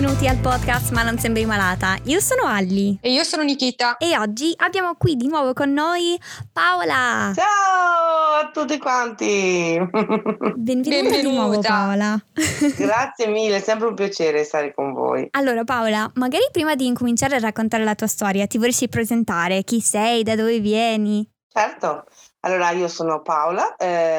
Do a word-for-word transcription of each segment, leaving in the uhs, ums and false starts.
benvenuti al podcast Ma non sembri malata. Io sono Alli. E io sono Nikita. E oggi abbiamo qui di nuovo con noi Paola. Ciao a tutti quanti. Benvenuta, Benvenuta. di nuovo Paola. Grazie mille, è sempre un piacere stare con voi. Allora Paola, magari prima di incominciare a raccontare la tua storia ti vorresti presentare? Chi sei? Da dove vieni? Certo, allora io sono Paola,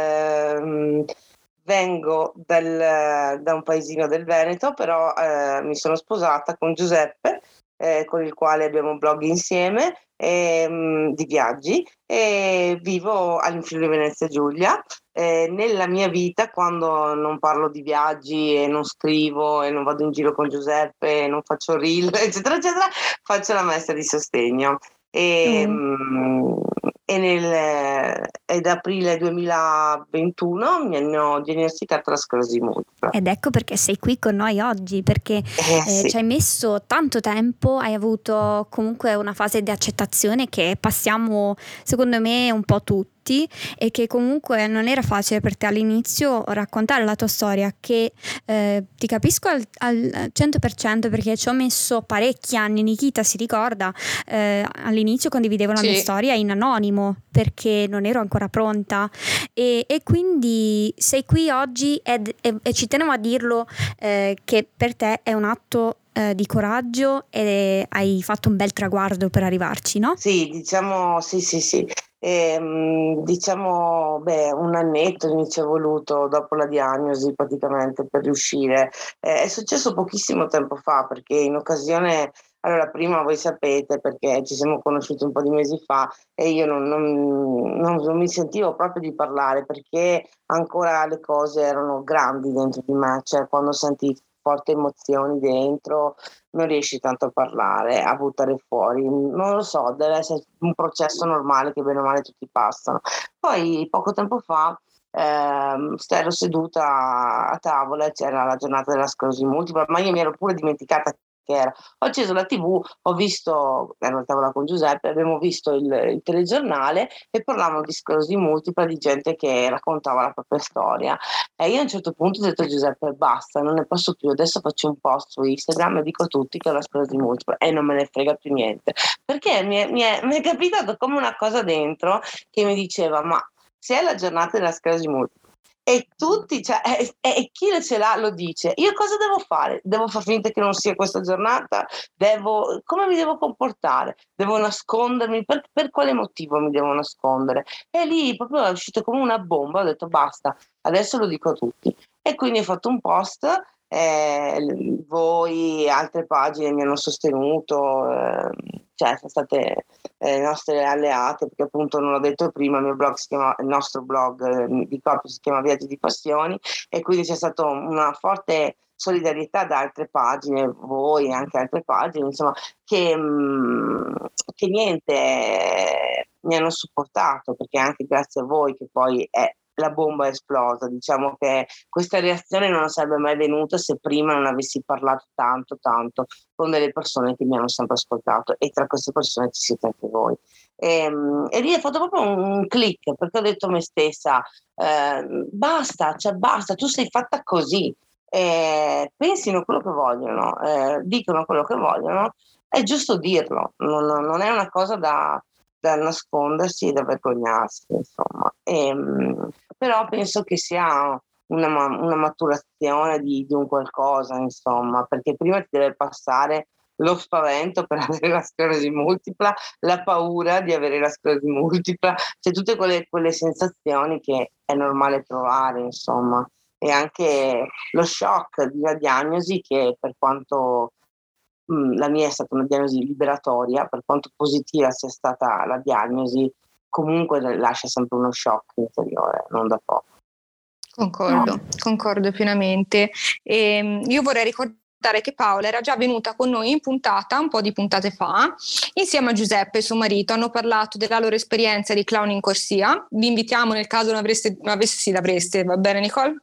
ehm, vengo dal, da un paesino del Veneto, però eh, mi sono sposata con Giuseppe, eh, con il quale abbiamo un blog insieme ehm, di viaggi, e vivo in Friuli Venezia Giulia. Eh, nella mia vita, quando non parlo di viaggi e non scrivo e non vado in giro con Giuseppe e non faccio reel eccetera eccetera, faccio la maestra di sostegno. E, mm. e nel ed aprile duemilaventuno mi hanno diagnosticato la sclerosi multipla. Ed ecco perché sei qui con noi oggi, perché eh, eh, sì. ci hai messo tanto tempo, hai avuto comunque una fase di accettazione che passiamo secondo me un po' tutti, e che comunque non era facile per te all'inizio raccontare la tua storia, che eh, ti capisco al, al cento per cento, perché ci ho messo parecchi anni. Nikita si ricorda, eh, all'inizio condividevo la Sì. mia storia in anonimo perché non ero ancora pronta, e, e quindi sei qui oggi ed, e, e ci tenevo a dirlo, eh, che per te è un atto eh, di coraggio e hai fatto un bel traguardo per arrivarci, no? Sì, diciamo sì sì sì. Ehm, diciamo beh un annetto mi ci è voluto dopo la diagnosi praticamente per riuscire. Eh, è successo pochissimo tempo fa, perché in occasione, allora prima voi sapete, perché ci siamo conosciuti un po' di mesi fa e io non, non, non, non mi sentivo proprio di parlare, perché ancora le cose erano grandi dentro di me, cioè quando senti forti emozioni dentro non riesci tanto a parlare, a buttare fuori, non lo so, deve essere un processo normale che bene o male tutti passano. Poi poco tempo fa ehm, ero seduta a tavola e c'era la giornata della sclerosi multipla, ma io mi ero pure dimenticata che era. Ho acceso la tivù, ho visto, ero a tavola con Giuseppe, abbiamo visto il, il telegiornale e parlavano di sclerosi multipla, di gente che raccontava la propria storia. E io a un certo punto ho detto a Giuseppe: basta, non ne posso più, adesso faccio un post su Instagram e dico a tutti che ho la sclerosi multipla, e non me ne frega più niente, perché mi è, mi è, mi è capitato come una cosa dentro che mi diceva: ma se è la giornata della sclerosi multipla e tutti, cioè, e, e chi ce l'ha lo dice, io cosa devo fare? Devo far finta che non sia questa giornata? Devo, come mi devo comportare? Devo nascondermi? Per, per quale motivo mi devo nascondere? E lì proprio è uscito come una bomba, ho detto basta, adesso lo dico a tutti. E quindi ho fatto un post, eh, voi, altre pagine mi hanno sostenuto, eh, cioè sono state eh, nostre alleate, perché appunto non l'ho detto prima, il mio blog si chiama, il nostro blog eh, di coppia si chiama Viaggi di Passioni, e quindi c'è stata una forte solidarietà da altre pagine, voi e anche altre pagine, insomma, che, mh, che niente, eh, mi hanno supportato, perché anche grazie a voi che poi è la bomba è esplosa. Diciamo che questa reazione non sarebbe mai venuta se prima non avessi parlato tanto tanto con delle persone che mi hanno sempre ascoltato, e tra queste persone ci siete anche voi. E, e lì è fatto proprio un click, perché ho detto a me stessa eh, basta, cioè basta, tu sei fatta così, eh, pensino quello che vogliono, eh, dicono quello che vogliono, è giusto dirlo, non, non è una cosa da da nascondersi e da vergognarsi, insomma. E, però penso che sia una, una maturazione di, di un qualcosa, insomma, perché prima ti deve passare lo spavento per avere la sclerosi multipla, la paura di avere la sclerosi multipla, cioè tutte quelle, quelle sensazioni che è normale provare, insomma, e anche lo shock della diagnosi, che per quanto la mia è stata una diagnosi liberatoria, per quanto positiva sia stata la diagnosi, comunque lascia sempre uno shock interiore, non da poco. Concordo, no. concordo pienamente. E io vorrei ricordare che Paola era già venuta con noi in puntata un po' di puntate fa, insieme a Giuseppe e suo marito. Hanno parlato della loro esperienza di clown in corsia. Vi invitiamo, nel caso non avreste, non avesse, sì, l'avreste, va bene Nicole?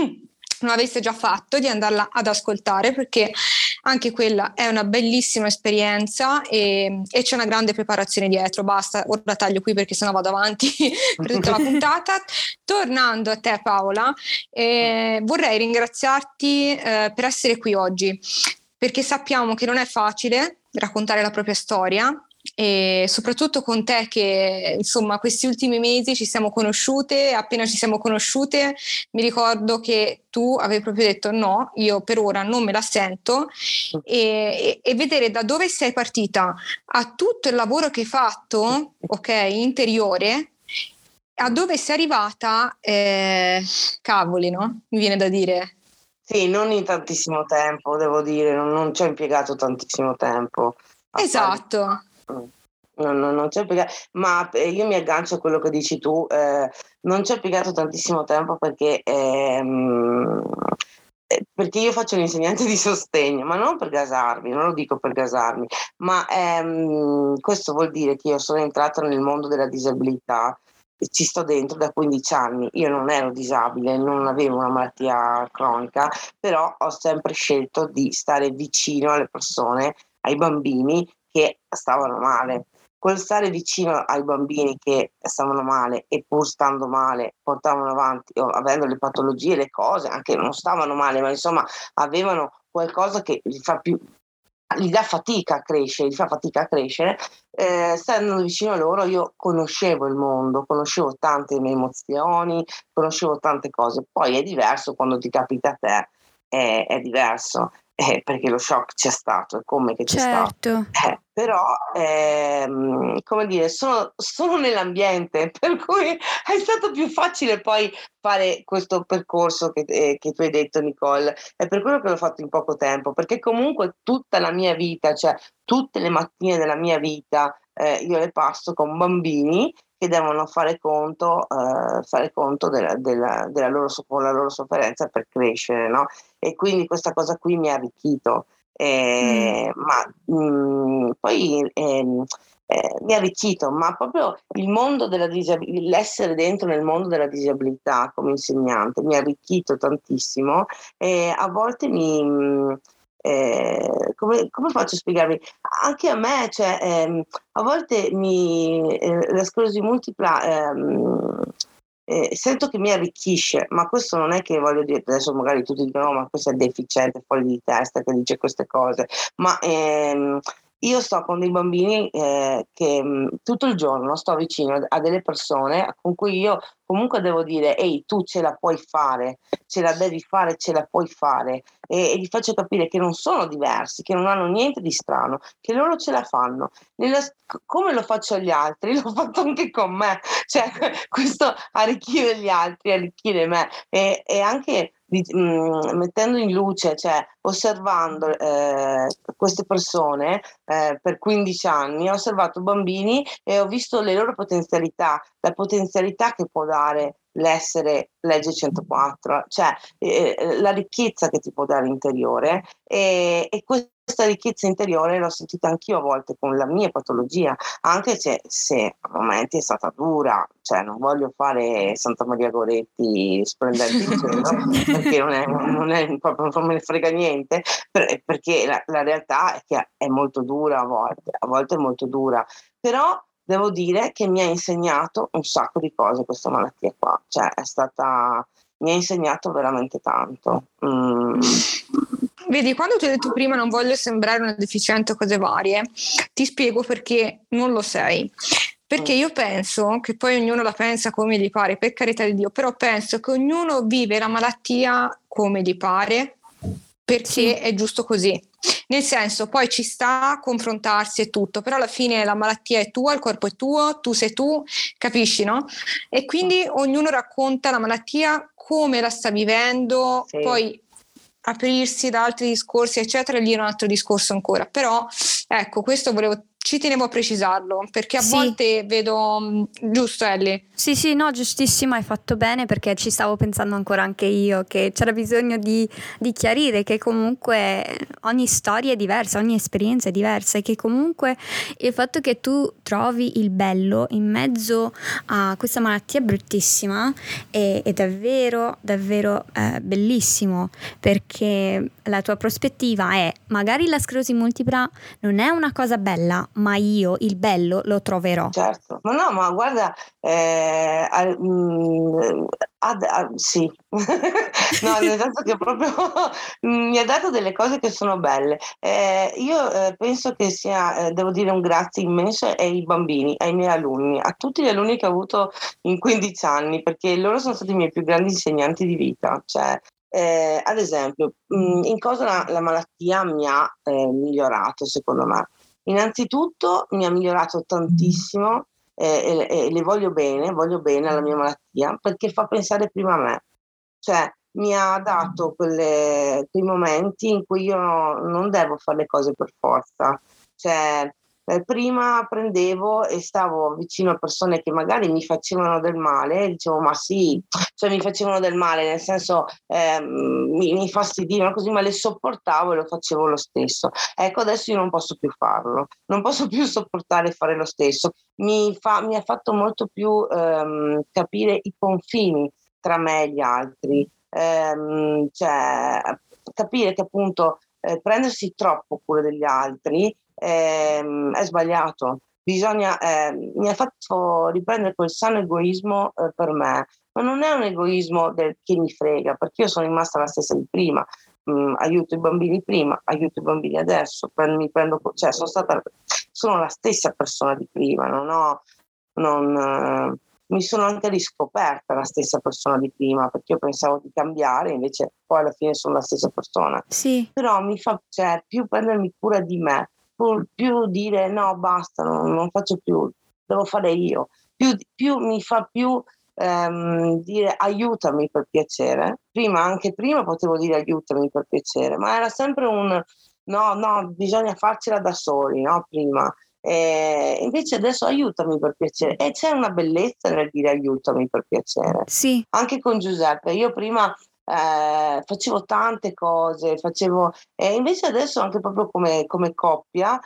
Non aveste già fatto, di andarla ad ascoltare, perché anche quella è una bellissima esperienza e, e c'è una grande preparazione dietro. Basta, ora taglio qui perché sennò vado avanti per tutta la puntata. Tornando a te Paola, eh, vorrei ringraziarti eh, per essere qui oggi, perché sappiamo che non è facile raccontare la propria storia, e soprattutto con te che insomma questi ultimi mesi ci siamo conosciute. Appena ci siamo conosciute mi ricordo che tu avevi proprio detto no, io per ora non me la sento, e, e, e vedere da dove sei partita a tutto il lavoro che hai fatto, ok, interiore, a dove sei arrivata, eh, cavoli, no? Mi viene da dire. Sì, non in tantissimo tempo, devo dire, non, non ci ho impiegato tantissimo tempo. Esatto. Fare... No, no, non ci ho impiegato, ma io mi aggancio a quello che dici tu, eh, non ci ho impiegato tantissimo tempo perché, ehm, perché io faccio l'insegnante di sostegno, ma non per gasarmi, non lo dico per gasarmi, ma ehm, questo vuol dire che io sono entrata nel mondo della disabilità. Ci sto dentro da quindici anni, io non ero disabile, non avevo una malattia cronica, però ho sempre scelto di stare vicino alle persone, ai bambini che stavano male. Quel stare vicino ai bambini che stavano male e pur stando male portavano avanti, o avendo le patologie, le cose, anche non stavano male, ma insomma avevano qualcosa che gli fa più... gli dà fatica a crescere, gli fa fatica a crescere, eh, stando vicino a loro io conoscevo il mondo, conoscevo tante mie emozioni, conoscevo tante cose. Poi è diverso quando ti capita a te, è, è diverso, eh, perché lo shock c'è stato, è come che c'è certo. stato. Eh, però, ehm, come dire, sono, sono nell'ambiente, per cui è stato più facile poi fare questo percorso che, eh, che tu hai detto, Nicole. È per quello che l'ho fatto in poco tempo, perché comunque tutta la mia vita, cioè tutte le mattine della mia vita, eh, io le passo con bambini che devono fare conto, eh, fare conto della, della, della loro, con la loro sofferenza per crescere, no? E quindi questa cosa qui mi ha arricchito. Eh, mm. Ma mh, poi ehm, eh, mi ha arricchito, ma proprio il mondo della disabilità, l'essere dentro nel mondo della disabilità come insegnante mi ha arricchito tantissimo, e a volte mi eh, come, come faccio a spiegarvi? Anche a me, cioè, ehm, a volte mi, eh, la sclerosi multipla ehm, eh, sento che mi arricchisce, ma questo non è che voglio dire, adesso magari tutti dicono no, ma questo è deficiente, fuori di testa che dice queste cose, ma ehm, io sto con dei bambini eh, che mh, tutto il giorno sto vicino a delle persone con cui io comunque devo dire ehi, tu ce la puoi fare, ce la devi fare, ce la puoi fare, e, e gli faccio capire che non sono diversi, che non hanno niente di strano, che loro ce la fanno. Nella, come lo faccio agli altri, l'ho fatto anche con me, cioè questo arricchire gli altri, arricchire me, e, e anche di, mh, mettendo in luce, cioè osservando eh, queste persone eh, per quindici anni, ho osservato bambini e ho visto le loro potenzialità, la potenzialità che può dare l'essere legge centoquattro, cioè eh, la ricchezza che ti può dare interiore, e, e questa ricchezza interiore l'ho sentita anch'io a volte con la mia patologia, anche se, se a momenti è stata dura, cioè non voglio fare Santa Maria Goretti splendente in cielo, perché non è, non è proprio, non me ne frega niente, per, perché la, la realtà è che è molto dura a volte, a volte è molto dura, però devo dire che mi ha insegnato un sacco di cose questa malattia qua, cioè è stata, mi ha insegnato veramente tanto. Mm. Vedi, quando ti ho detto prima non voglio sembrare una deficiente o cose varie, ti spiego perché non lo sei. Perché io penso che poi ognuno la pensa come gli pare, per carità di Dio, però penso che ognuno vive la malattia come gli pare, perché sì, è giusto così. Nel senso, poi ci sta a confrontarsi e tutto, però alla fine la malattia è tua, il corpo è tuo, tu sei tu, capisci, no? E quindi ognuno racconta la malattia come la sta vivendo, sì, poi aprirsi da altri discorsi eccetera, lì è un altro discorso ancora, però ecco, questo volevo, ci tenevo a precisarlo, perché a sì, volte vedo, giusto Ellie? Sì sì, no, giustissimo, hai fatto bene, perché ci stavo pensando ancora anche io, che c'era bisogno di, di chiarire che comunque ogni storia è diversa, ogni esperienza è diversa, e che comunque il fatto che tu trovi il bello in mezzo a questa malattia bruttissima è, è davvero davvero eh, bellissimo, perché la tua prospettiva è: magari la sclerosi multipla non è una cosa bella, ma io il bello lo troverò. Certo, ma no, ma guarda, eh, al- mm, ad- a- sì, no, nel senso che proprio mi ha dato delle cose che sono belle. Eh, io eh, penso che sia, eh, devo dire un grazie immenso ai bambini, ai miei alunni, a tutti gli alunni che ho avuto in quindici anni, perché loro sono stati i miei più grandi insegnanti di vita. Cioè, eh, ad esempio, mh, in cosa la, la malattia mi ha eh, migliorato, secondo me? Innanzitutto mi ha migliorato tantissimo eh, e, e le voglio bene, voglio bene alla mia malattia perché fa pensare prima a me. Cioè, mi ha dato quelle, quei momenti in cui io non devo fare le cose per forza. Cioè, eh, prima prendevo e stavo vicino a persone che magari mi facevano del male e dicevo, ma sì, cioè mi facevano del male, nel senso ehm, mi, mi fastidivano così, ma le sopportavo e lo facevo lo stesso. Ecco, adesso io non posso più farlo, non posso più sopportare fare lo stesso. Mi, fa, mi ha fatto molto più ehm, capire i confini tra me e gli altri, ehm, cioè capire che appunto eh, prendersi troppo cura degli altri ehm, è sbagliato. Bisogna, eh, mi ha fatto riprendere quel sano egoismo eh, per me, ma non è un egoismo del che mi frega, perché io sono rimasta la stessa di prima. Mm, aiuto i bambini prima, aiuto i bambini adesso, prendo, mi prendo, cioè sono stata, sono la stessa persona di prima, non ho, non, eh, mi sono anche riscoperta la stessa persona di prima, perché io pensavo di cambiare, invece poi alla fine sono la stessa persona. Sì. Però mi fa, cioè, più prendermi cura di me, più, più dire no, basta, non, non faccio più, devo fare io, più, più mi fa più ehm, dire aiutami per piacere. Prima, anche prima potevo dire aiutami per piacere, ma era sempre un no, no, bisogna farcela da soli, no? Prima. E invece adesso aiutami per piacere. E c'è una bellezza nel dire aiutami per piacere. Sì. Anche con Giuseppe, io prima eh, facevo tante cose, facevo, e invece adesso anche proprio come, come coppia,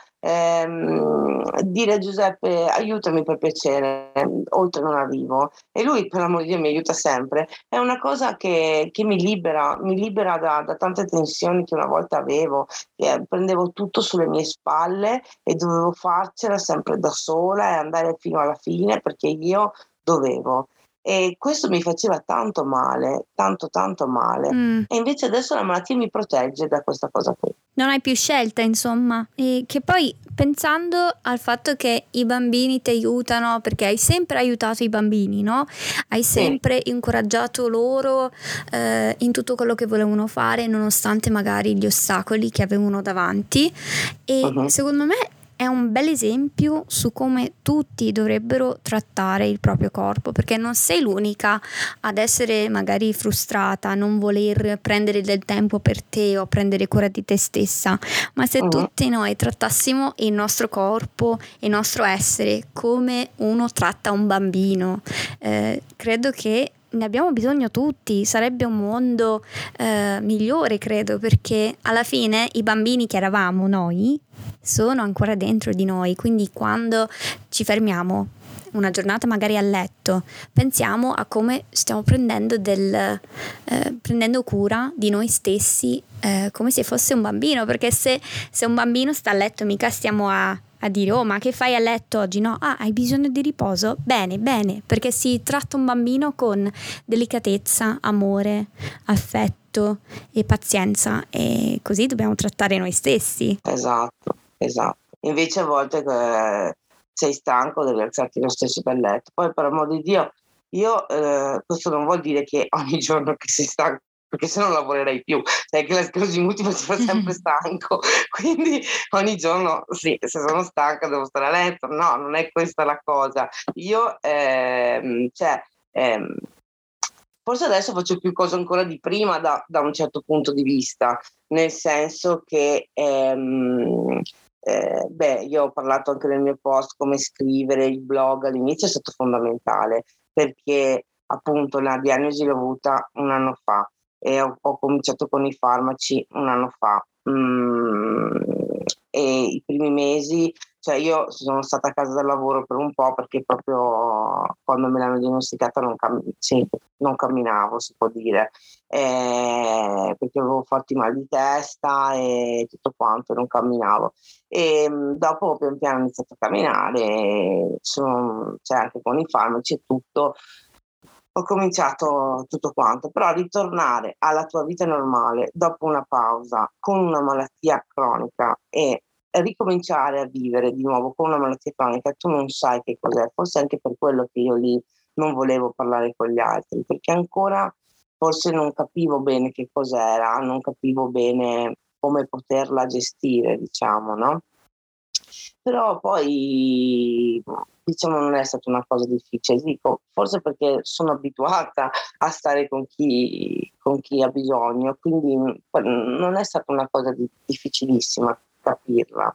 ehm, dire a Giuseppe aiutami per piacere, oltre non arrivo, e lui per l'amor di Dio mi aiuta sempre, è una cosa che, che mi libera, mi libera da, da tante tensioni che una volta avevo, eh, prendevo tutto sulle mie spalle e dovevo farcela sempre da sola e andare fino alla fine perché io dovevo. E questo mi faceva tanto male, tanto tanto male. Mm. E invece adesso la malattia mi protegge da questa cosa qui. Non hai più scelta, insomma. E che poi, pensando al fatto che i bambini ti aiutano, perché hai sempre aiutato i bambini, no? Hai sempre sì. incoraggiato loro eh, in tutto quello che volevano fare, nonostante magari gli ostacoli che avevano davanti. E uh-huh. secondo me è un bel esempio su come tutti dovrebbero trattare il proprio corpo, perché non sei l'unica ad essere magari frustrata, a non voler prendere del tempo per te o prendere cura di te stessa, ma se uh-huh. tutti noi trattassimo il nostro corpo, il nostro essere come uno tratta un bambino, eh, credo che ne abbiamo bisogno tutti, sarebbe un mondo eh, migliore, credo, perché alla fine i bambini che eravamo noi sono ancora dentro di noi, quindi quando ci fermiamo una giornata magari a letto, pensiamo a come stiamo prendendo del eh, prendendo cura di noi stessi eh, come se fosse un bambino, perché se, se un bambino sta a letto mica stiamo a a dire oh ma che fai a letto oggi? No, ah hai bisogno di riposo? Bene, bene, perché si tratta un bambino con delicatezza, amore, affetto e pazienza, e così dobbiamo trattare noi stessi. Esatto, esatto. Invece a volte eh, sei stanco, devi alzarti lo stesso dal letto. Poi per amor di Dio, io eh, questo non vuol dire che ogni giorno che sei stanco, perché se no lavorerei più, sai che la sclerosi multipla ti fa sempre stanco, quindi ogni giorno sì, se sono stanca devo stare a letto, no, non è questa la cosa. Io ehm, cioè ehm, forse adesso faccio più cose ancora di prima da, da un certo punto di vista, nel senso che ehm, eh, beh, io ho parlato anche nel mio post come scrivere, il blog all'inizio è stato fondamentale perché appunto la diagnosi l'ho avuta un anno fa e ho, ho cominciato con i farmaci un anno fa mm, e i primi mesi, cioè io sono stata a casa dal lavoro per un po' perché proprio quando me l'hanno diagnosticata non, cam- sì, non camminavo, si può dire, eh, perché avevo forti mal di testa e tutto quanto, non camminavo. E mh, dopo pian piano ho iniziato a camminare, sono, cioè anche con i farmaci e tutto, ho cominciato tutto quanto, però ritornare alla tua vita normale dopo una pausa con una malattia cronica e ricominciare a vivere di nuovo con una malattia cronica, tu non sai che cos'è, forse anche per quello che io lì non volevo parlare con gli altri, perché ancora forse non capivo bene che cos'era, non capivo bene come poterla gestire, diciamo, no? Però poi, diciamo, non è stata una cosa difficile, dico, forse perché sono abituata a stare con chi, con chi ha bisogno, quindi non è stata una cosa di, difficilissima capirla,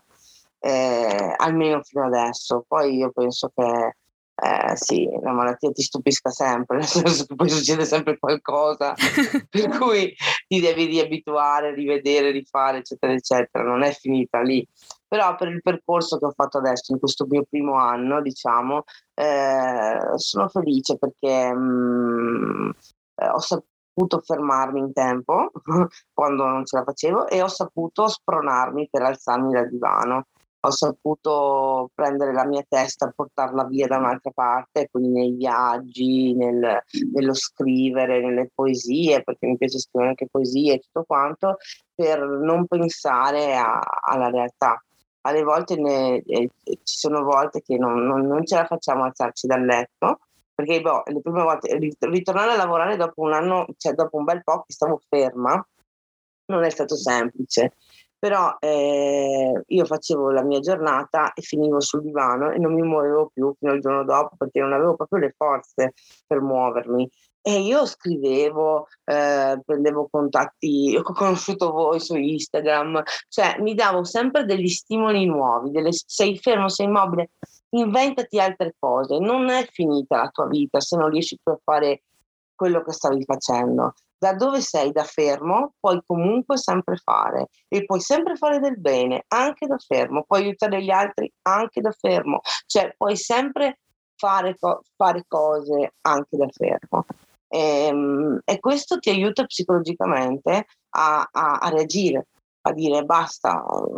eh, almeno fino adesso. Poi io penso che eh, sì, la malattia ti stupisca sempre, nel senso che poi succede sempre qualcosa per cui ti devi riabituare, rivedere, rifare, eccetera, eccetera, non è finita lì. Però per il percorso che ho fatto adesso, in questo mio primo anno, diciamo, eh, sono felice perché mh, eh, ho saputo fermarmi in tempo quando non ce la facevo e ho saputo spronarmi per alzarmi dal divano. Ho saputo prendere la mia testa, portarla via da un'altra parte, quindi nei viaggi, nel, nello scrivere, nelle poesie, perché mi piace scrivere anche poesie e tutto quanto, per non pensare a, alla realtà. Alle volte ne, eh, ci sono volte che non, non, non ce la facciamo alzarci dal letto, perché boh, le prime volte ritornare a lavorare dopo un anno, cioè dopo un bel po' che stavo ferma, non è stato semplice. Però eh, io facevo la mia giornata e finivo sul divano e non mi muovevo più fino al giorno dopo perché non avevo proprio le forze per muovermi. E io scrivevo, eh, prendevo contatti, ho conosciuto voi su Instagram, cioè mi davo sempre degli stimoli nuovi, delle, sei fermo, sei immobile, inventati altre cose, non è finita la tua vita se non riesci più a fare quello che stavi facendo. Da dove sei da fermo puoi comunque sempre fare e puoi sempre fare del bene anche da fermo, puoi aiutare gli altri anche da fermo, cioè puoi sempre fare, co- fare cose anche da fermo e, e questo ti aiuta psicologicamente a, a, a reagire, a dire basta,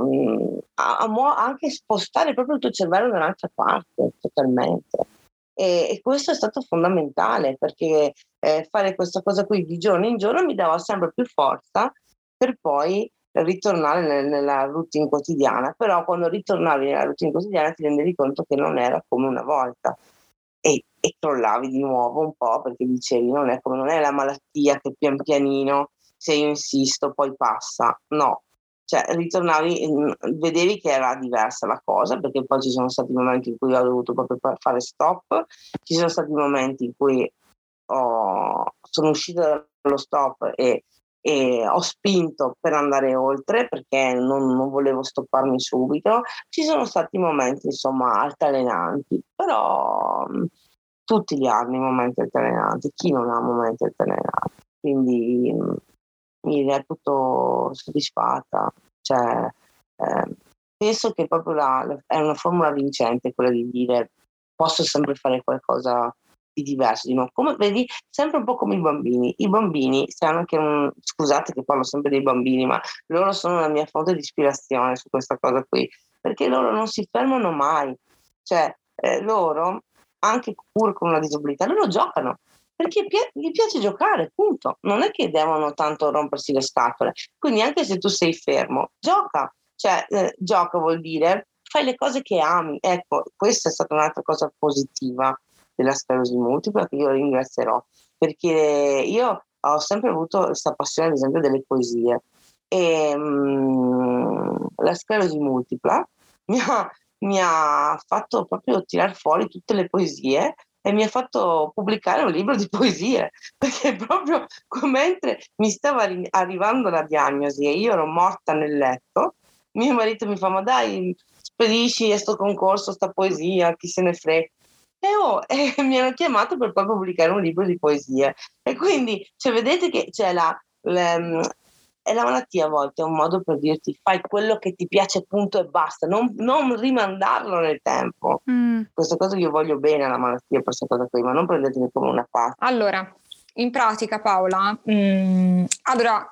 a, a muo- anche spostare proprio il tuo cervello da un'altra parte totalmente. E, e questo è stato fondamentale perché eh, fare questa cosa qui di giorno in giorno mi dava sempre più forza per poi ritornare nel, nella routine quotidiana. Però quando ritornavi nella routine quotidiana ti rendevi conto che non era come una volta e, e crollavi di nuovo un po' perché dicevi non è come non è la malattia che pian pianino se io insisto poi passa, no. Cioè ritornavi, vedevi che era diversa la cosa perché poi ci sono stati momenti in cui ho dovuto proprio fare stop, ci sono stati momenti in cui ho, sono uscita dallo stop e, e ho spinto per andare oltre perché non, non volevo stopparmi subito, ci sono stati momenti insomma altalenanti, però mh, tutti li hanno i momenti altalenanti, chi non ha momenti altalenanti, quindi mh, mi reputo soddisfatta, cioè, eh, penso che proprio la, la, è una formula vincente quella di dire posso sempre fare qualcosa di diverso, di nuovo. Come vedi, sempre un po' come i bambini. I bambini, se hanno anche un, scusate che parlo sempre dei bambini, ma loro sono la mia fonte di ispirazione su questa cosa qui, perché loro non si fermano mai, cioè eh, loro, anche pur con una disabilità, loro giocano. Perché gli piace giocare, punto. Non è che devono tanto rompersi le scatole. Quindi anche se tu sei fermo, gioca. Cioè, eh, gioca vuol dire fai le cose che ami. Ecco, questa è stata un'altra cosa positiva della sclerosi multipla che io ringrazierò. Perché io ho sempre avuto questa passione, ad esempio, delle poesie. E mh, la sclerosi multipla mi ha, mi ha fatto proprio tirar fuori tutte le poesie e mi ha fatto pubblicare un libro di poesie, perché proprio mentre mi stava arri- arrivando la diagnosi e io ero morta nel letto, mio marito mi fa ma dai spedisci a sto concorso sta poesia, chi se ne frega. E, oh, e mi hanno chiamato per poi pubblicare un libro di poesie e quindi cioè, vedete che c'è la, la e la malattia a volte è un modo per dirti fai quello che ti piace punto e basta, non, non rimandarlo nel tempo. Mm. Questa cosa io voglio bene alla malattia, questa cosa qui, ma non prendetemi come una pazza. Allora, in pratica Paola, mh, allora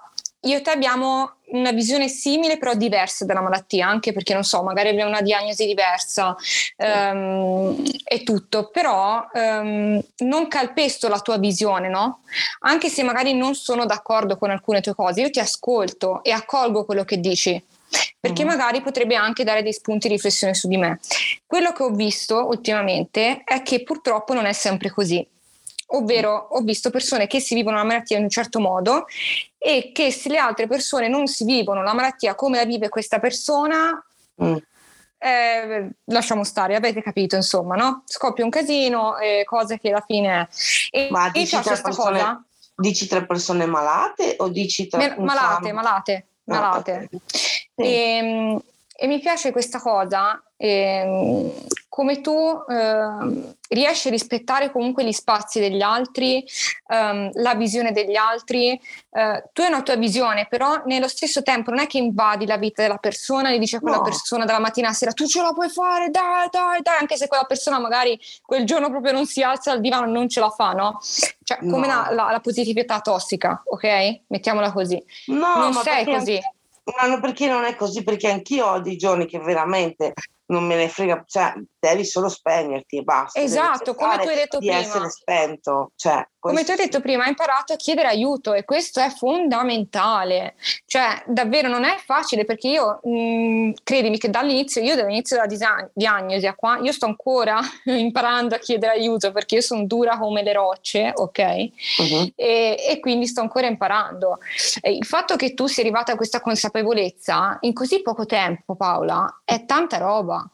io e te abbiamo una visione simile però diversa della malattia, anche perché non so, magari abbiamo una diagnosi diversa um, e tutto, però um, non calpesto la tua visione, no? Anche se magari non sono d'accordo con alcune tue cose, io ti ascolto e accolgo quello che dici, perché uh-huh. magari potrebbe anche dare dei spunti di riflessione su di me. Quello che ho visto ultimamente è che purtroppo non è sempre così. Ovvero ho visto persone che si vivono la malattia in un certo modo e che se le altre persone non si vivono la malattia come la vive questa persona, mm. eh, lasciamo stare, avete capito insomma, no? Scoppia un casino, eh, cose che alla fine... E, Ma e dici tre, persone, cosa? dici tre persone malate o dici tre... Me- malate, malate, no, malate. Okay. Sì. E, e mi piace questa cosa, eh, come tu eh, riesci a rispettare comunque gli spazi degli altri, ehm, la visione degli altri. Eh, tu hai una tua visione, però nello stesso tempo non è che invadi la vita della persona e dici a quella no. persona dalla mattina alla sera tu ce la puoi fare, dai, dai, dai, anche se quella persona magari quel giorno proprio non si alza dal divano e non ce la fa, no? Cioè, come no. la, la, la positività tossica, ok? Mettiamola così. No, non ma sei perché, così. Ma perché non è così? Perché anch'io ho dei giorni che veramente non me ne frega, cioè devi solo spegnerti e basta. Esatto, come tu hai detto di prima. Di essere spento. Cioè, come tu hai detto prima, hai imparato a chiedere aiuto e questo è fondamentale. Cioè, davvero non è facile perché io, mh, credimi che dall'inizio, io dall'inizio della disa- diagnosi a qua, io sto ancora imparando a chiedere aiuto perché io sono dura come le rocce, ok? Uh-huh. E, e quindi sto ancora imparando. E il fatto che tu sia arrivata a questa consapevolezza in così poco tempo, Paola, è tanta roba.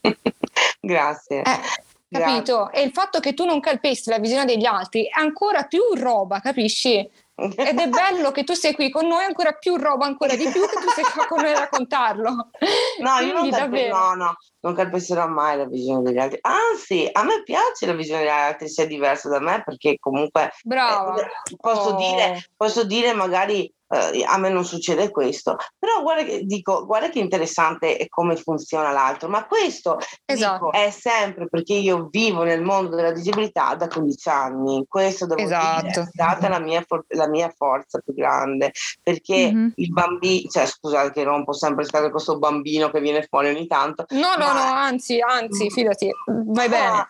Grazie. Eh. Capito? Grazie. E il fatto che tu non calpesti la visione degli altri è ancora più roba, capisci? Ed è bello che tu sei qui con noi, ancora più roba, ancora di più che tu sei qua con noi a raccontarlo. No, Quindi, io non, calpe- no, no, non calpesterò mai la visione degli altri. Anzi, a me piace la visione degli altri sia diversa da me perché comunque brava. Eh, posso, oh. dire, posso dire magari eh, a me non succede questo, però guarda che dico, guarda che interessante è come funziona l'altro, ma questo esatto. dico, è sempre perché io vivo nel mondo della disabilità da quindici anni, questo devo esatto. dire, è stata la mia, for- la mia forza più grande, perché mm-hmm. il bambino, cioè scusate che rompo sempre stare questo bambino che viene fuori ogni tanto. No, ma, no, no, anzi, anzi, fidati, vai ma, bene.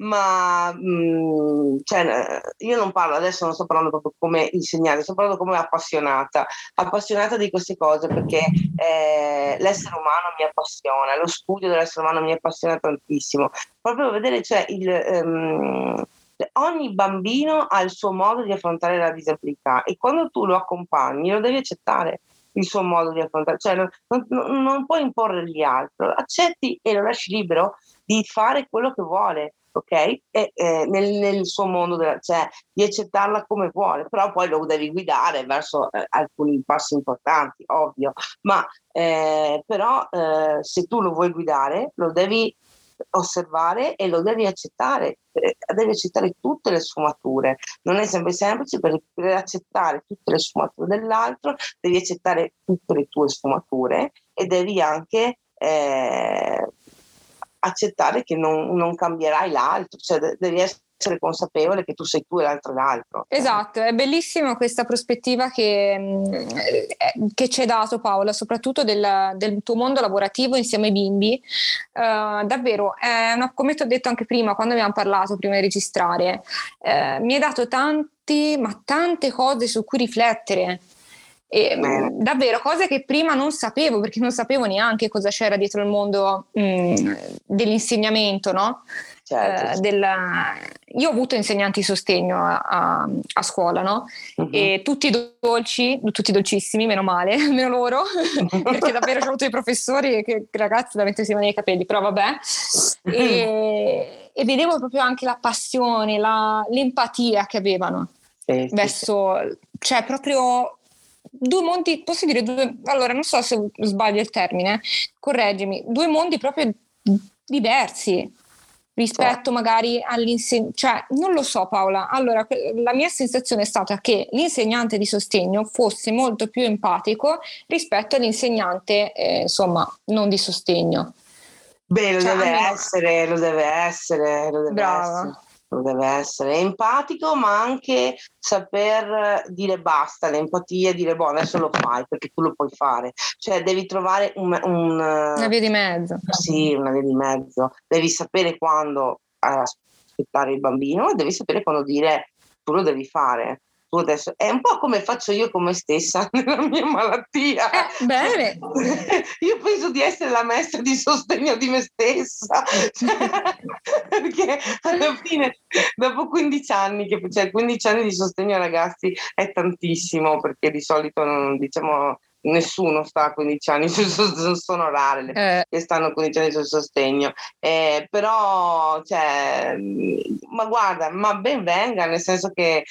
Ma mh, cioè, io non parlo, adesso non sto parlando proprio come insegnante, sto parlando come appassionata, appassionata di queste cose perché eh, l'essere umano mi appassiona, lo studio dell'essere umano mi appassiona tantissimo. Proprio vedere, cioè, il... Um, ogni bambino ha il suo modo di affrontare la disabilità e quando tu lo accompagni lo devi accettare il suo modo di affrontare, cioè non, non, non puoi imporregli altro, accetti e lo lasci libero di fare quello che vuole, ok? E, eh, nel, nel suo mondo, della, cioè di accettarla come vuole, però poi lo devi guidare verso eh, alcuni passi importanti, ovvio, ma eh, però eh, se tu lo vuoi guidare lo devi osservare e lo devi accettare, devi accettare tutte le sfumature, non è sempre semplice, per, per accettare tutte le sfumature dell'altro devi accettare tutte le tue sfumature e devi anche eh, accettare che non, non cambierai l'altro, cioè devi essere consapevole che tu sei tu e l'altro è l'altro. Esatto, è bellissima questa prospettiva che, che ci hai dato Paola, soprattutto del, del tuo mondo lavorativo insieme ai bimbi. Uh, davvero, è una, come ti ho detto anche prima quando abbiamo parlato prima di registrare, eh, mi hai dato tanti, ma tante cose su cui riflettere. E, davvero cose che prima non sapevo perché non sapevo neanche cosa c'era dietro il mondo mh, dell'insegnamento, no? Certo. Eh, del, io ho avuto insegnanti di sostegno a, a, a scuola, no? Uh-huh. E tutti dolci, tutti dolcissimi, meno male, meno loro, perché davvero ho avuto i professori che ragazzi da mettersi mani nei capelli, però vabbè. E, e vedevo proprio anche la passione, la, l'empatia che avevano sì, verso, sì. Cioè proprio due mondi, posso dire due, allora non so se sbaglio il termine, correggimi, due mondi proprio diversi rispetto magari all'insegnante, cioè non lo so Paola, allora la mia sensazione è stata che l'insegnante di sostegno fosse molto più empatico rispetto all'insegnante eh, insomma non di sostegno. Beh, lo cioè, deve almeno... essere, lo deve essere, lo deve brava. essere. lo deve essere empatico, ma anche saper dire basta, l'empatia, dire boh, adesso lo fai perché tu lo puoi fare, cioè devi trovare un, un una via di mezzo. Sì, una via di mezzo, devi sapere quando aspettare il bambino e devi sapere quando dire tu lo devi fare. Tu adesso è un po' come faccio io con me stessa nella mia malattia. Eh, bene. Io penso di essere la maestra di sostegno di me stessa, perché alla fine dopo quindici anni, che, cioè quindici anni di sostegno ai ragazzi è tantissimo, perché di solito non, diciamo, nessuno sta a quindici anni, sono rare le Eh. che stanno a quindici anni sul sostegno, eh, però cioè, ma guarda, ma ben venga, nel senso che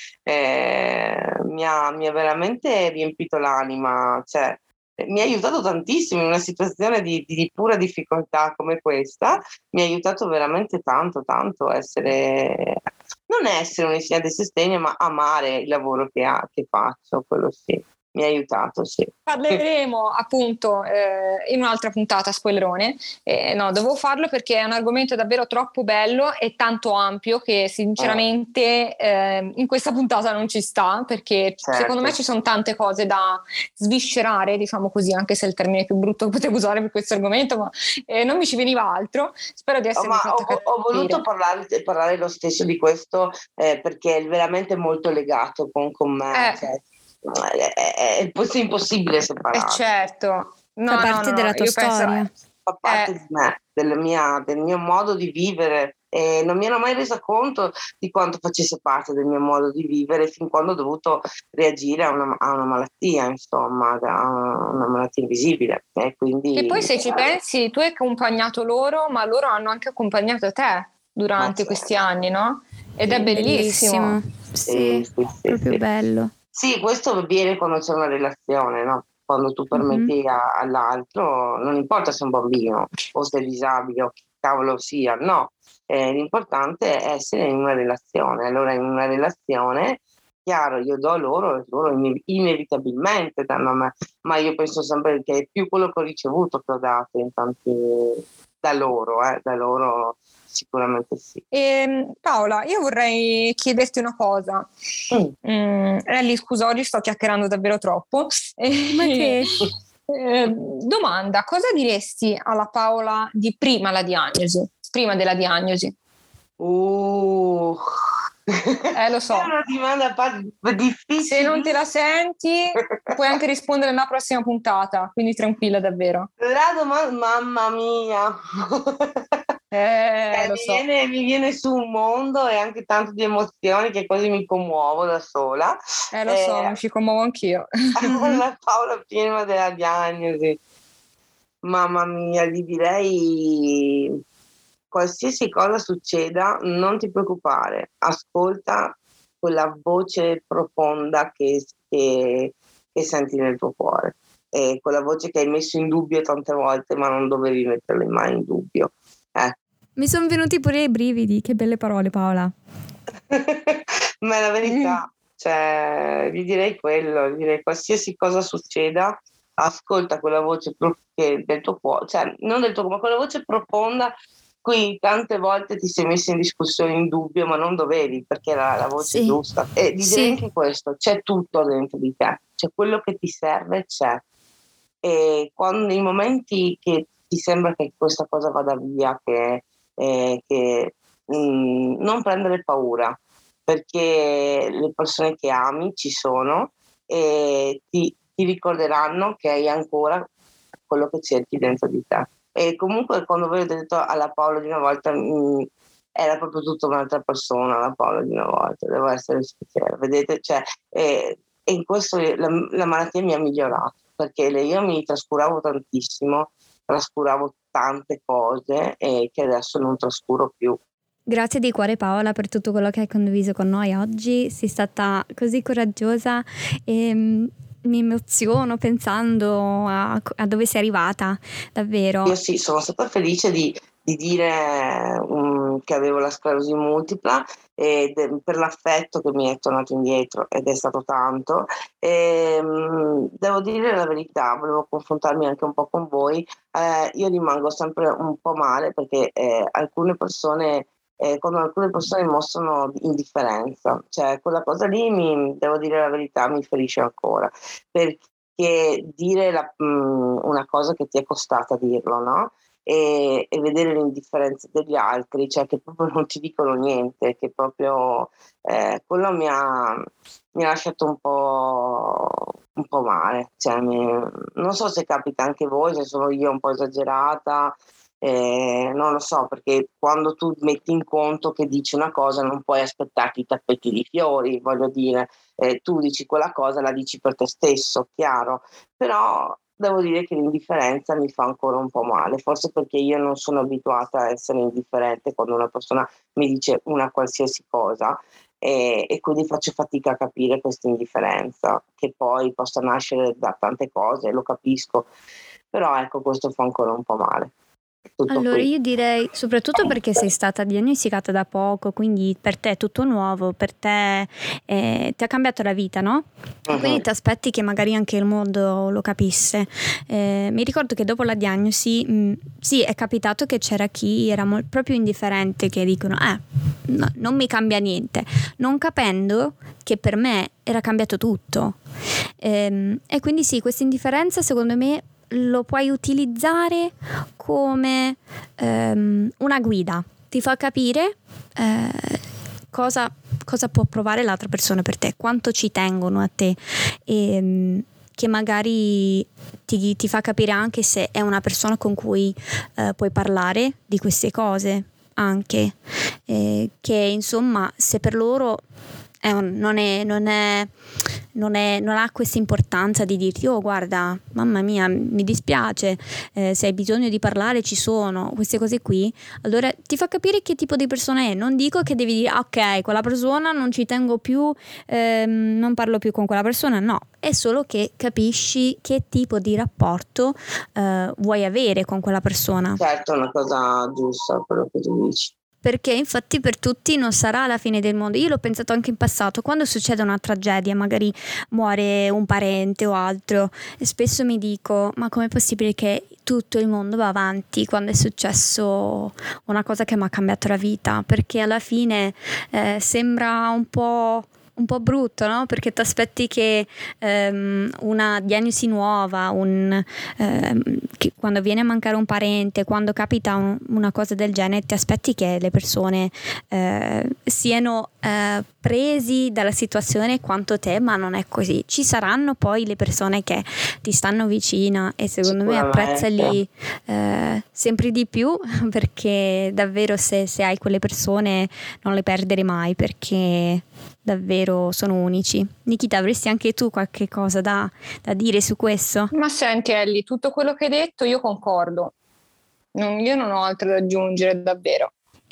eh, mi, ha, mi ha veramente riempito l'anima, cioè mi ha aiutato tantissimo in una situazione di, di, di pura difficoltà come questa, mi ha aiutato veramente tanto, tanto essere, non essere un'insegnante di sostegno, ma amare il lavoro che, ha, che faccio, quello sì. Mi ha aiutato, sì. Parleremo appunto eh, in un'altra puntata, spoilerone. Eh, no, dovevo farlo perché è un argomento davvero troppo bello e tanto ampio che sinceramente eh, in questa puntata non ci sta, perché certo. Secondo me ci sono tante cose da sviscerare, diciamo così, anche se è il termine più brutto che potevo usare per questo argomento, ma eh, non mi ci veniva altro. Spero di essere oh, fatta ho, ho voluto parlare, parlare lo stesso di questo eh, perché è veramente molto legato con, con me. Eh. Cioè, È, è, è impossibile separarlo. Eh certo, no, fa parte no, no, della tua io storia. penso, fa parte eh. di me, del, mia, del mio modo di vivere, e non mi ero mai resa conto di quanto facesse parte del mio modo di vivere fin quando ho dovuto reagire a una, a una malattia, insomma, a una malattia invisibile. E quindi, e poi se ci pensi, tu hai accompagnato loro, ma loro hanno anche accompagnato te durante questi anni, no? Ed sì, è bellissimo. Bellissimo. Sì, sì, sì, proprio sì. bello. Sì, questo avviene quando c'è una relazione, no? Quando tu permetti mm-hmm. a, all'altro, non importa se è un bambino o se è disabile o chi cavolo sia, no, eh, l'importante è essere in una relazione. Allora in una relazione, chiaro, io do a loro e loro inevitabilmente danno a me, ma io penso sempre che è più quello che ho ricevuto che ho dato in tanti, da loro, eh, da loro sicuramente sì. E, Paola, io vorrei chiederti una cosa. Mm. Mm, Ellie, scusa, oggi sto chiacchierando davvero troppo. Ma che? Eh, domanda, cosa diresti alla Paola di prima la diagnosi? Prima della diagnosi? Uh. Eh, lo so. È una domanda difficile. Se non te la senti, puoi anche rispondere nella prossima puntata, quindi tranquilla davvero. La domanda, mamma mia. Eh, eh, lo mi, so. viene, mi viene su un mondo e anche tanto di emozioni che quasi mi commuovo da sola. Eh, lo eh, so, mi ci commuovo anch'io. La Paola prima della diagnosi. Mamma mia, gli direi qualsiasi cosa succeda, non ti preoccupare, ascolta quella voce profonda che, che, che senti nel tuo cuore, e quella voce che hai messo in dubbio tante volte, ma non dovevi metterla mai in dubbio. Eh. Mi sono venuti pure i brividi, che belle parole, Paola. Ma è la verità, mm. cioè, gli direi quello, gli direi qualsiasi cosa succeda, ascolta quella voce che del tuo cuore, cioè non del tuo, ma quella voce profonda. Qui tante volte ti sei messo in discussione, in dubbio, ma non dovevi, perché era la voce sì. giusta. E di sì. dire anche questo, c'è tutto dentro di te, c'è quello che ti serve, c'è. E quando nei momenti che ti sembra che questa cosa vada via, che, eh, che mh, non prendere paura, perché le persone che ami ci sono e ti, ti ricorderanno che hai ancora quello che cerchi dentro di te. E comunque quando voi avete detto alla Paola di una volta mh, era proprio tutta un'altra persona la Paola di una volta, devo essere sincera, vedete, cioè, e, e in questo la, la malattia mi ha migliorato, perché io mi trascuravo tantissimo, trascuravo tante cose e che adesso non trascuro più. Grazie di cuore Paola per tutto quello che hai condiviso con noi oggi, sei stata così coraggiosa e mi emoziono pensando a, a dove sei arrivata, davvero. Io sì, sono stata felice di, di dire um, che avevo la sclerosi multipla e de, per l'affetto che mi è tornato indietro, ed è stato tanto. E, um, devo dire la verità, volevo confrontarmi anche un po' con voi. Eh, io rimango sempre un po' male perché eh, alcune persone eh, quando alcune persone mostrano indifferenza, cioè quella cosa lì, mi, devo dire la verità, mi ferisce ancora, perché dire la, mh, una cosa che ti è costata dirlo, no? E, e vedere l'indifferenza degli altri, cioè che proprio non ti dicono niente, che proprio eh, quello mi ha, mi ha lasciato un po', un po' male, cioè, mi, non so se capita anche a voi, se sono io un po' esagerata, eh, non lo so, perché quando tu metti in conto che dici una cosa non puoi aspettarti i tappeti di fiori, voglio dire, eh, tu dici quella cosa, la dici per te stesso, chiaro, però devo dire che l'indifferenza mi fa ancora un po' male, forse perché io non sono abituata a essere indifferente quando una persona mi dice una qualsiasi cosa, e, e quindi faccio fatica a capire questa indifferenza, che poi possa nascere da tante cose, lo capisco, però ecco, questo fa ancora un po' male. Tutto Allora qui. io direi, soprattutto perché sei stata diagnosticata da poco, quindi per te è tutto nuovo, per te eh, ti ha cambiato la vita, no? E quindi Mhm. ti aspetti che magari anche il mondo lo capisse. Eh, mi ricordo che dopo la diagnosi, mh, sì, è capitato che c'era chi era mol- proprio indifferente, che dicono, eh, no, non mi cambia niente, non capendo che per me era cambiato tutto. Ehm, e quindi sì, questa indifferenza secondo me lo puoi utilizzare come ehm, una guida, ti fa capire eh, cosa, cosa può provare l'altra persona per te, quanto ci tengono a te, e ehm, che magari ti, ti fa capire anche se è una persona con cui eh, puoi parlare di queste cose, anche eh, che insomma se per loro è un- non è, non è non, è, non ha questa importanza di dirti oh guarda mamma mia mi dispiace, eh, se hai bisogno di parlare ci sono, queste cose qui, allora ti fa capire che tipo di persona è. Non dico che devi dire ah, ok, quella persona non ci tengo più, ehm, non parlo più con quella persona, no, è solo che capisci che tipo di rapporto eh, vuoi avere con quella persona. Certo, è una cosa giusta quello che tu dici. Perché infatti per tutti non sarà la fine del mondo. Io l'ho pensato anche in passato, quando succede una tragedia, magari muore un parente o altro, e spesso mi dico ma com'è possibile che tutto il mondo va avanti quando è successo una cosa che mi ha cambiato la vita? Perché alla fine eh, sembra un po'... un po' brutto, no? Perché ti aspetti che ehm, una diagnosi nuova, un, ehm, che quando viene a mancare un parente, quando capita un, una cosa del genere, ti aspetti che le persone eh, siano eh, presi dalla situazione quanto te, ma non è così. Ci saranno poi le persone che ti stanno vicina e secondo me apprezzali eh, sempre di più, perché davvero se, se hai quelle persone non le perdere mai, perché davvero sono unici. Nikita, avresti anche tu qualche cosa da, da dire su questo? Ma senti Ellie, tutto quello che hai detto io concordo, non, io non ho altro da aggiungere davvero.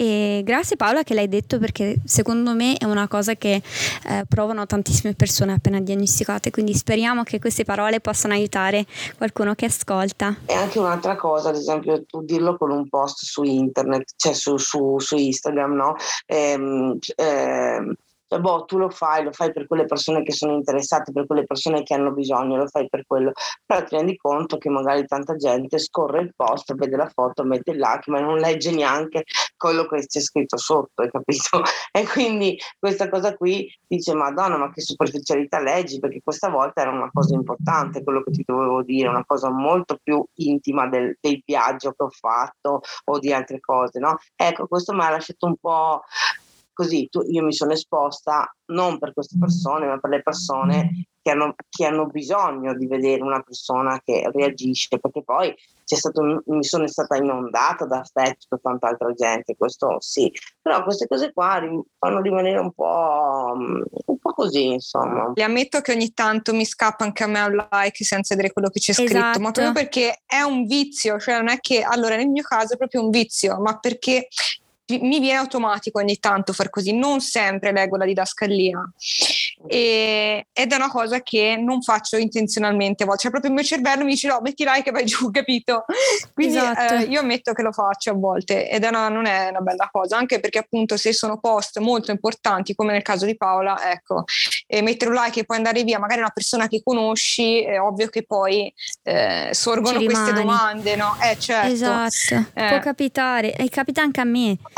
E grazie Paola che l'hai detto, perché secondo me è una cosa che eh, provano tantissime persone appena diagnosticate, quindi speriamo che queste parole possano aiutare qualcuno che ascolta. E anche un'altra cosa, ad esempio, tu dirlo con un post su internet, cioè su, su, su Instagram, no? Ehm, ehm, cioè, boh, tu lo fai, lo fai per quelle persone che sono interessate, per quelle persone che hanno bisogno, lo fai per quello, però ti rendi conto che magari tanta gente scorre il post, vede la foto, mette il like, ma non legge neanche quello che c'è scritto sotto, hai capito? E quindi questa cosa qui dice, Madonna, ma che superficialità leggi, perché questa volta era una cosa importante, quello che ti dovevo dire, una cosa molto più intima del, del viaggio che ho fatto o di altre cose, no? Ecco, questo mi ha lasciato un po' così, tu, io mi sono esposta non per queste persone, ma per le persone che hanno, che hanno bisogno di vedere una persona che reagisce, perché poi c'è stato, mi sono stata inondata da affetto da tanta altra gente, questo sì, però queste cose qua rim- fanno rimanere un po', un po' così, insomma. Le ammetto che ogni tanto mi scappa anche a me un like senza vedere quello che c'è scritto, Esatto. ma proprio perché è un vizio, cioè non è che, allora nel mio caso è proprio un vizio, ma perché mi viene automatico ogni tanto far così, non sempre leggo la didascalia e, ed è una cosa che non faccio intenzionalmente a volte, cioè proprio il mio cervello mi dice no, metti like e vai giù, capito? Quindi Esatto. eh, io ammetto che lo faccio a volte ed è una, non è una bella cosa, anche perché appunto se sono post molto importanti come nel caso di Paola, ecco, e mettere un like e poi andare via, magari una persona che conosci, è ovvio che poi eh, sorgono Ci queste rimani. domande, no? Eh certo. Esatto, Eh. può capitare, e capita anche a me.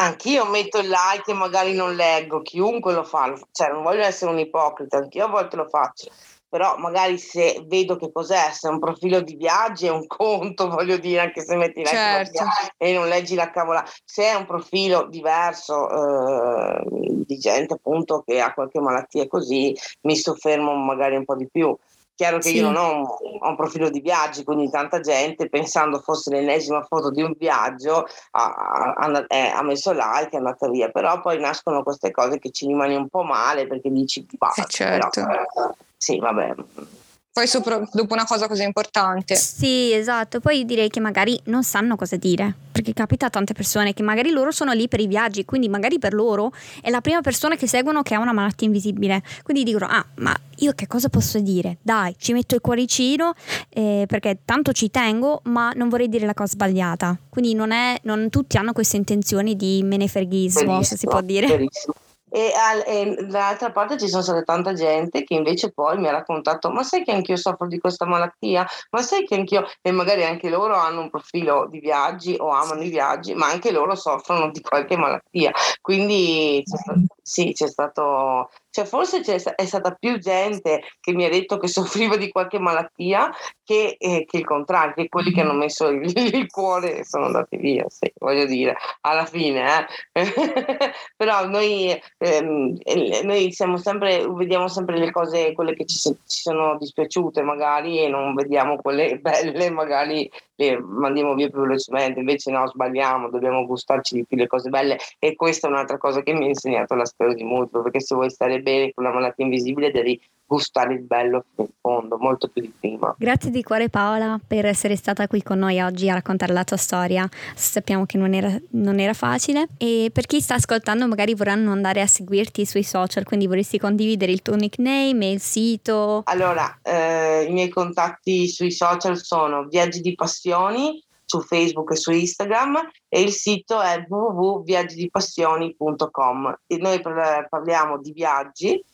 Anch'io metto il like e magari non leggo, chiunque lo fa, cioè non voglio essere un ipocrita, anch'io a volte lo faccio, però magari se vedo che cos'è, se è un profilo di viaggi è un conto, voglio dire, anche se metti like certo. e non leggi la cavola, se è un profilo diverso eh, di gente appunto che ha qualche malattia così, mi soffermo magari un po' di più. Chiaro che sì. Io non ho un, ho un profilo di viaggi, quindi tanta gente, pensando fosse l'ennesima foto di un viaggio, ha, ha, ha messo like e è andata via. Però poi nascono queste cose che ci rimani un po' male perché dici, eh certo. Però, sì, vabbè. Poi sopra, dopo una cosa così importante. Sì, esatto. Poi direi che magari non sanno cosa dire, perché capita a tante persone che magari loro sono lì per i viaggi, quindi magari per loro è la prima persona che seguono che ha una malattia invisibile, quindi dicono ah ma io che cosa posso dire? Dai, ci metto il cuoricino eh, perché tanto ci tengo, ma non vorrei dire la cosa sbagliata. Quindi non è non tutti hanno queste intenzioni di menefreghismo, se si può dire. Verissimo. E, al, e dall'altra parte ci sono state tanta gente che invece poi mi ha raccontato ma sai che anch'io soffro di questa malattia, ma sai che anch'io, e magari anche loro hanno un profilo di viaggi o amano i viaggi, ma anche loro soffrono di qualche malattia, quindi c'è stato, sì, c'è stato, cioè forse c'è, è stata più gente che mi ha detto che soffriva di qualche malattia che, eh, che il contrario, che quelli che hanno messo il, il cuore e sono andati via, sì, voglio dire, alla fine eh. Però noi ehm, noi siamo sempre, vediamo sempre le cose, quelle che ci, ci sono dispiaciute magari, e non vediamo quelle belle, magari le mandiamo via più velocemente, invece no, sbagliamo, dobbiamo gustarci di più le cose belle, e questa è un'altra cosa che mi ha insegnato la sclerosi multipla, perché se vuoi stare bene con la malattia invisibile devi gustare il bello fino in fondo, molto più di prima. Grazie di cuore Paola per essere stata qui con noi oggi a raccontare la tua storia. Sappiamo che non era, non era facile, e per chi sta ascoltando magari vorranno andare a seguirti sui social, quindi vorresti condividere il tuo nickname e il sito? Allora, eh, i miei contatti sui social sono Viaggi di Passioni su Facebook e su Instagram, e il sito è w w w punto viaggi di passioni punto com. E noi parliamo di viaggi,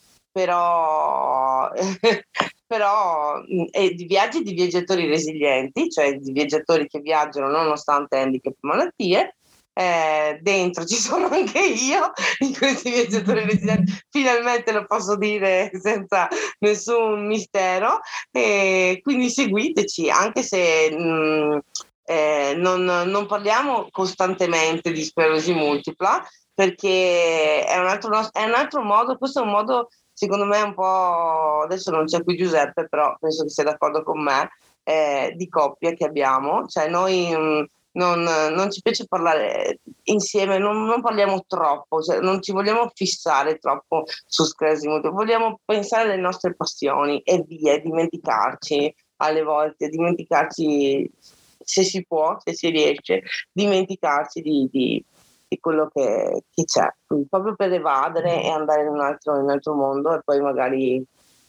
però però e di viaggi di viaggiatori resilienti, cioè di viaggiatori che viaggiano nonostante handicap e malattie. Eh, dentro ci sono anche io di questi viaggiatori resilienti, finalmente lo posso dire senza nessun mistero, e quindi seguiteci, anche se mh, eh, non, non parliamo costantemente di sclerosi multipla, perché è un altro, è un altro modo, questo è un modo secondo me un po', adesso non c'è qui Giuseppe, però penso che sia d'accordo con me, eh, di coppia che abbiamo, cioè noi mh, non, non ci piace parlare insieme, non, non parliamo troppo, cioè non ci vogliamo fissare troppo su sclerosi multipla, vogliamo pensare alle nostre passioni e via, dimenticarci alle volte, dimenticarci se si può, se si riesce, dimenticarci di, di di quello che, che c'è, proprio per evadere e andare in un altro, in un altro mondo, e poi magari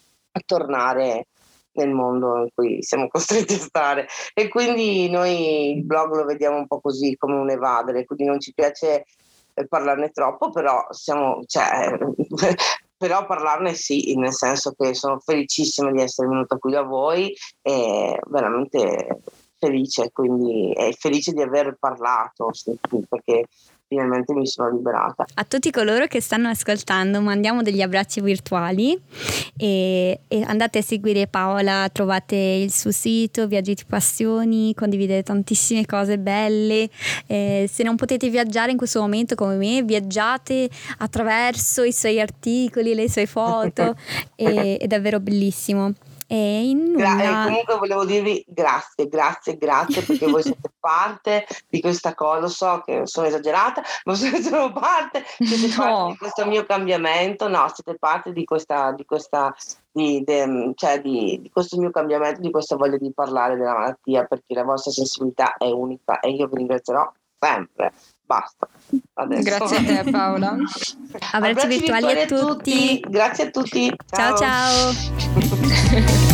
tornare nel mondo in cui siamo costretti a stare. E quindi noi il blog lo vediamo un po' così, come un evadere, quindi non ci piace parlarne troppo, però siamo, cioè, però parlarne sì, nel senso che sono felicissima di essere venuta qui da voi, e veramente felice, quindi è felice di aver parlato, perché finalmente mi sono liberata. A tutti coloro che stanno ascoltando mandiamo degli abbracci virtuali, e, e andate a seguire Paola, trovate il suo sito Viaggi di Passioni, condivide tantissime cose belle, eh, se non potete viaggiare in questo momento come me, viaggiate attraverso i suoi articoli, le sue foto, e, è davvero bellissimo. E in Gra- una... eh, comunque volevo dirvi grazie, grazie, grazie, perché voi siete parte di questa cosa, lo so che sono esagerata, ma sono parte, siete No. parte di questo mio cambiamento, no, siete parte di questa, di questa, di, de, cioè di, di questo mio cambiamento, di questa voglia di parlare della malattia, perché la vostra sensibilità è unica e io vi ringrazierò sempre. Basta. Adesso. Grazie a te Paola. Abbracci virtuali a tutti. tutti. Grazie a tutti. Ciao ciao. ciao.